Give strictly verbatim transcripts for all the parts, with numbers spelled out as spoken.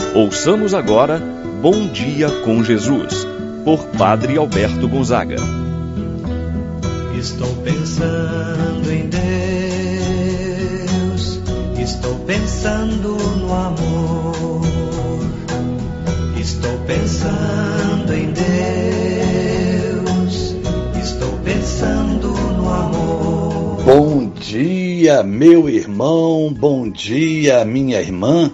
Ouçamos agora Bom Dia com Jesus, por Padre Alberto Gonzaga. Estou pensando em Deus, estou pensando no amor, estou pensando em Deus, estou pensando no amor. Bom dia, meu irmão, bom dia, minha irmã.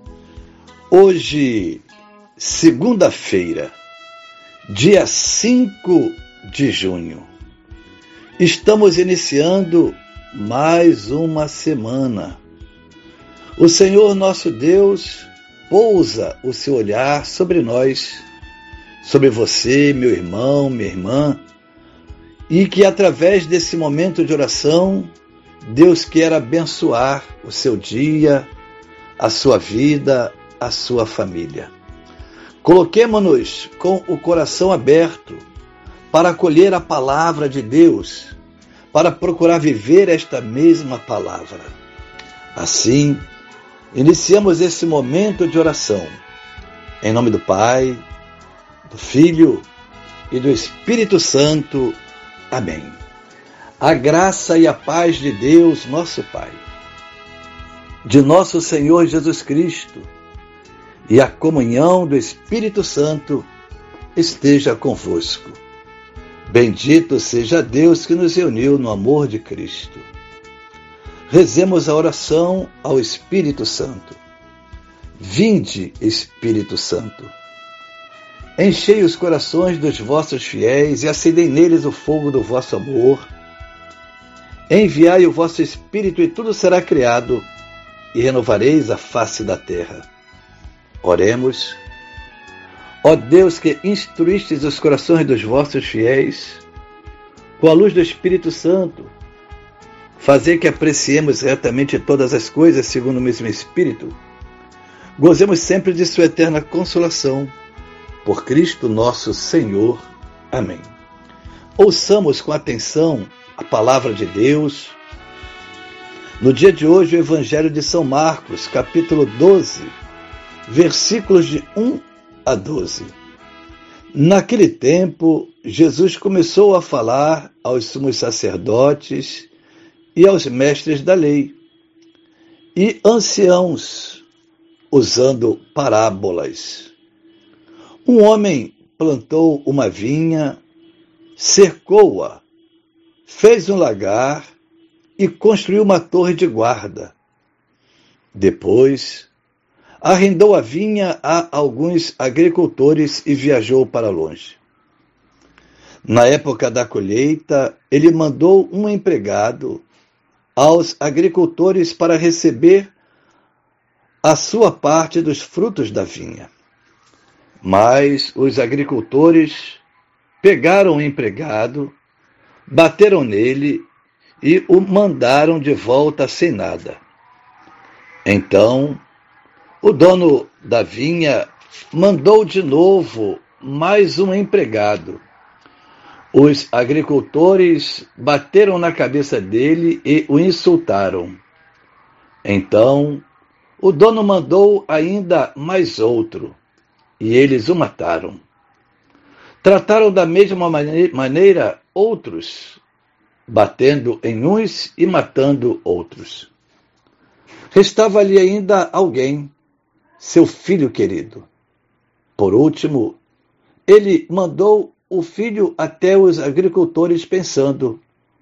Hoje, segunda-feira, dia cinco de junho, estamos iniciando mais uma semana. O Senhor nosso Deus pousa o seu olhar sobre nós, sobre você, meu irmão, minha irmã, e que através desse momento de oração, Deus quer abençoar o seu dia, a sua vida, a sua família. Coloquemo-nos com o coração aberto para acolher a palavra de Deus, para procurar viver esta mesma palavra. Assim, iniciamos esse momento de oração. Em nome do Pai, do Filho e do Espírito Santo. Amém. A graça e a paz de Deus, nosso Pai, de nosso Senhor Jesus Cristo, e a comunhão do Espírito Santo esteja convosco. Bendito seja Deus que nos reuniu no amor de Cristo. Rezemos a oração ao Espírito Santo. Vinde, Espírito Santo. Enchei os corações dos vossos fiéis e acendei neles o fogo do vosso amor. Enviai o vosso Espírito e tudo será criado, e renovareis a face da terra. Oremos. Ó Deus, que instruístes os corações dos vossos fiéis, com a luz do Espírito Santo, fazei que apreciemos retamente todas as coisas segundo o mesmo Espírito, gozemos sempre de sua eterna consolação, por Cristo nosso Senhor. Amém. Ouçamos com atenção a palavra de Deus. No dia de hoje, o Evangelho de São Marcos, capítulo doze, versículos de um a doze. Naquele tempo, Jesus começou a falar aos sumos sacerdotes e aos mestres da lei e anciãos, usando parábolas. Um homem plantou uma vinha, cercou-a, fez um lagar e construiu uma torre de guarda. Depois, arrendou a vinha a alguns agricultores e viajou para longe. Na época da colheita, ele mandou um empregado aos agricultores para receber a sua parte dos frutos da vinha. Mas os agricultores pegaram o empregado, bateram nele e o mandaram de volta sem nada. Então, o dono da vinha mandou de novo mais um empregado. Os agricultores bateram na cabeça dele e o insultaram. Então, o dono mandou ainda mais outro, e eles o mataram. Trataram da mesma maneira outros, batendo em uns e matando outros. Restava ali ainda alguém, seu filho querido. Por último, ele mandou o filho até os agricultores, pensando: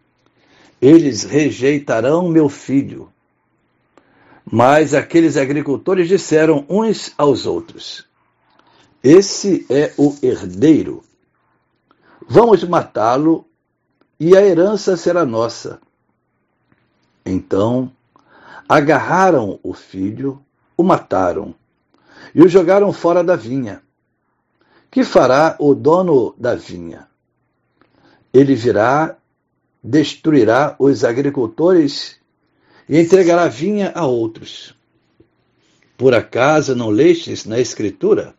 eles rejeitarão meu filho. Mas aqueles agricultores disseram uns aos outros: esse é o herdeiro. Vamos matá-lo e a herança será nossa. Então, agarraram o filho, o mataram e o jogaram fora da vinha. Que fará o dono da vinha? Ele virá, destruirá os agricultores e entregará a vinha a outros. Por acaso não lestes na Escritura?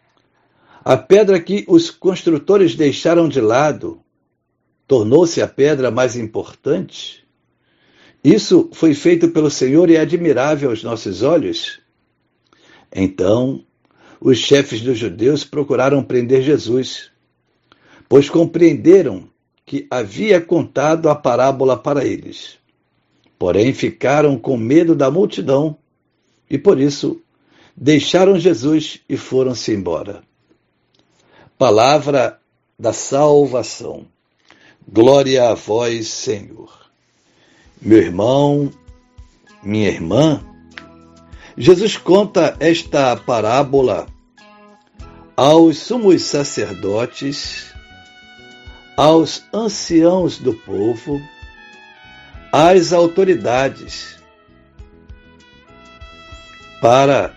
A pedra que os construtores deixaram de lado tornou-se a pedra mais importante? Isso foi feito pelo Senhor e é admirável aos nossos olhos? Então, os chefes dos judeus procuraram prender Jesus, pois compreenderam que havia contado a parábola para eles. Porém, ficaram com medo da multidão e, por isso, deixaram Jesus e foram-se embora. Palavra da salvação. Glória a vós, Senhor. Meu irmão, minha irmã, Jesus conta esta parábola aos sumos sacerdotes, aos anciãos do povo, às autoridades, para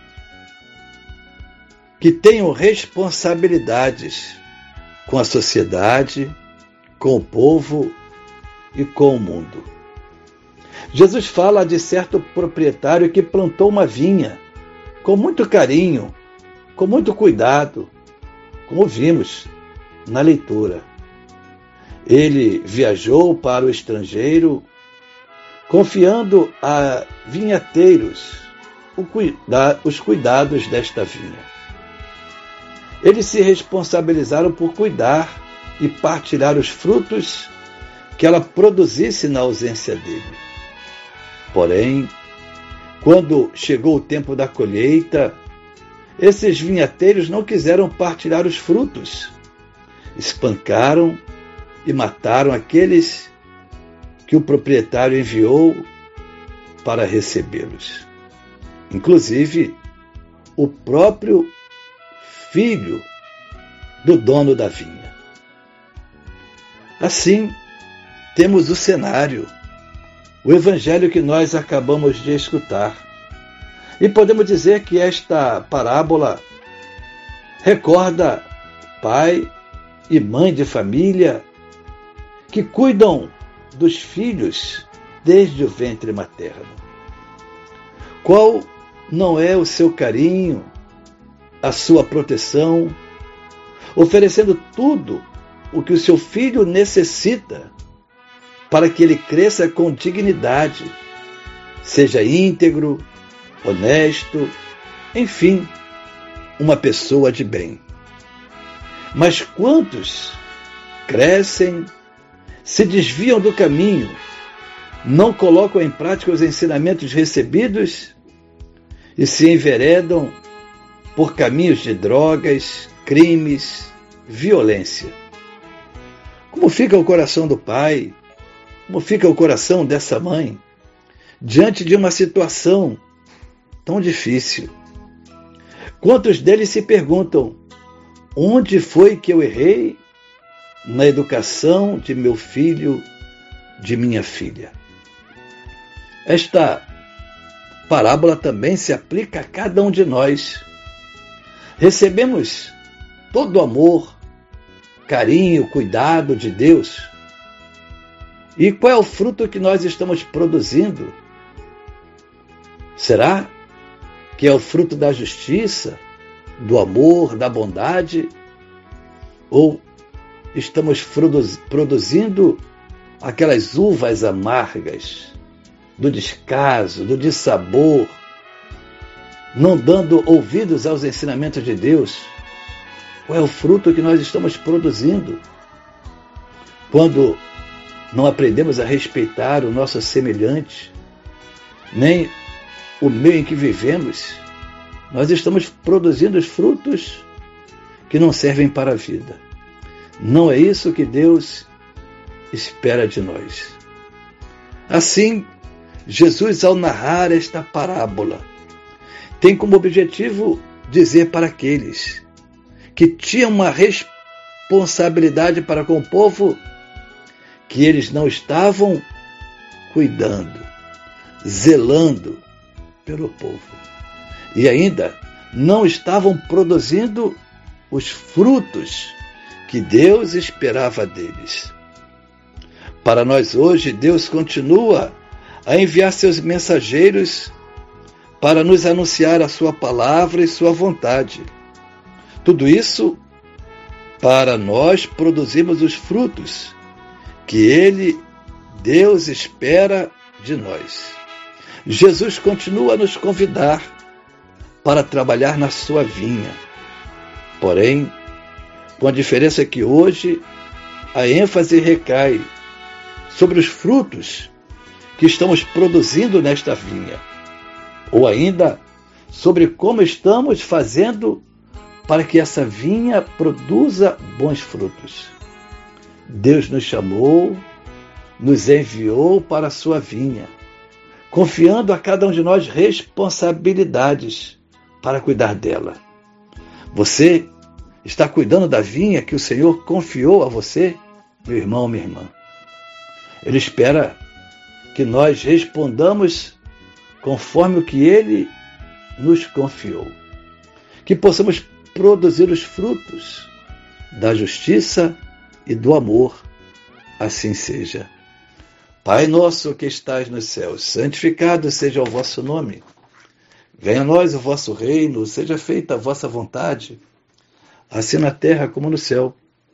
que tenham responsabilidades com a sociedade, com o povo e com o mundo. Jesus fala de certo proprietário que plantou uma vinha com muito carinho, com muito cuidado, como vimos na leitura. Ele viajou para o estrangeiro, confiando a vinhateiros os cuidados desta vinha. Eles se responsabilizaram por cuidar e partilhar os frutos que ela produzisse na ausência dele. Porém, quando chegou o tempo da colheita, esses vinhateiros não quiseram partilhar os frutos. Espancaram e mataram aqueles que o proprietário enviou para recebê-los. Inclusive, o próprio filho do dono da vinha. Assim, temos o cenário, o evangelho que nós acabamos de escutar. E podemos dizer que esta parábola recorda pai e mãe de família que cuidam dos filhos desde o ventre materno. Qual não é o seu carinho, a sua proteção, oferecendo tudo o que o seu filho necessita para que ele cresça com dignidade, seja íntegro, honesto, enfim, uma pessoa de bem. Mas quantos crescem, se desviam do caminho, não colocam em prática os ensinamentos recebidos e se enveredam por caminhos de drogas, crimes, violência? Como fica o coração do pai? Como fica o coração dessa mãe diante de uma situação tão difícil? Quantos deles se perguntam: onde foi que eu errei na educação de meu filho, de minha filha? Esta parábola também se aplica a cada um de nós. Recebemos todo o amor, carinho, cuidado de Deus. E qual é o fruto que nós estamos produzindo? Será que é o fruto da justiça, do amor, da bondade? Ou estamos produzindo aquelas uvas amargas, do descaso, do dissabor, não dando ouvidos aos ensinamentos de Deus? Qual é o fruto que nós estamos produzindo? Quando não aprendemos a respeitar o nosso semelhante, nem o meio em que vivemos, nós estamos produzindo os frutos que não servem para a vida. Não é isso que Deus espera de nós. Assim, Jesus, ao narrar esta parábola, tem como objetivo dizer para aqueles que tinham uma responsabilidade para com o povo que eles não estavam cuidando, zelando pelo povo. E ainda não estavam produzindo os frutos que Deus esperava deles. Para nós hoje, Deus continua a enviar seus mensageiros para nos anunciar a sua palavra e sua vontade. Tudo isso para nós produzirmos os frutos que Ele, Deus, espera de nós. Jesus continua a nos convidar para trabalhar na sua vinha, Porém, com a diferença que hoje a ênfase recai sobre os frutos que estamos produzindo nesta vinha, ou ainda sobre como estamos fazendo para que essa vinha produza bons frutos. Deus nos chamou, nos enviou para a sua vinha, confiando a cada um de nós responsabilidades para cuidar dela. Você está cuidando da vinha que o Senhor confiou a você, meu irmão, minha irmã? Ele espera que nós respondamos conforme o que Ele nos confiou. Que possamos produzir os frutos da justiça e do amor. Assim seja. Pai nosso que estais nos céus, santificado seja o vosso nome. Venha a nós o vosso reino, seja feita a vossa vontade, assim na terra como no céu.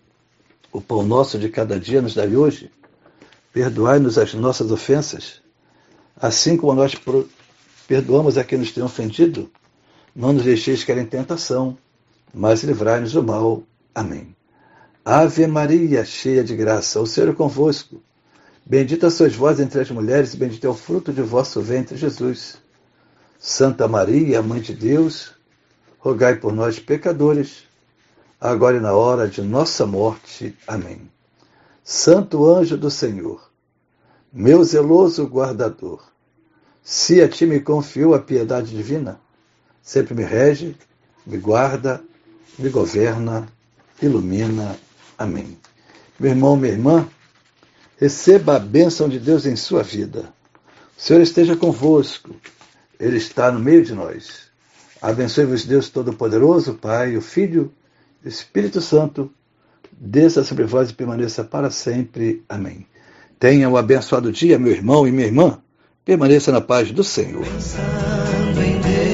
O pão nosso de cada dia nos dai hoje. Perdoai-nos as nossas ofensas, assim como nós perdoamos a quem nos tem ofendido. Não nos deixeis cair em tentação, mas livrai-nos do mal. Amém. Ave Maria, cheia de graça, o Senhor é convosco. Bendita sois vós entre as mulheres, e bendito é o fruto de vosso ventre, Jesus. Santa Maria, Mãe de Deus, rogai por nós, pecadores, agora e na hora de nossa morte. Amém. Santo anjo do Senhor, meu zeloso guardador, se a ti me confiou a piedade divina, sempre me rege, me guarda, me governa, ilumina. Amém. Meu irmão, minha irmã, receba a bênção de Deus em sua vida. O Senhor esteja convosco. Ele está no meio de nós. Abençoe-vos Deus Todo-Poderoso, Pai, o Filho e o Espírito Santo. Desça sobre vós e permaneça para sempre. Amém. Tenha um abençoado dia, meu irmão e minha irmã. Permaneça na paz do Senhor. Pensando em Deus.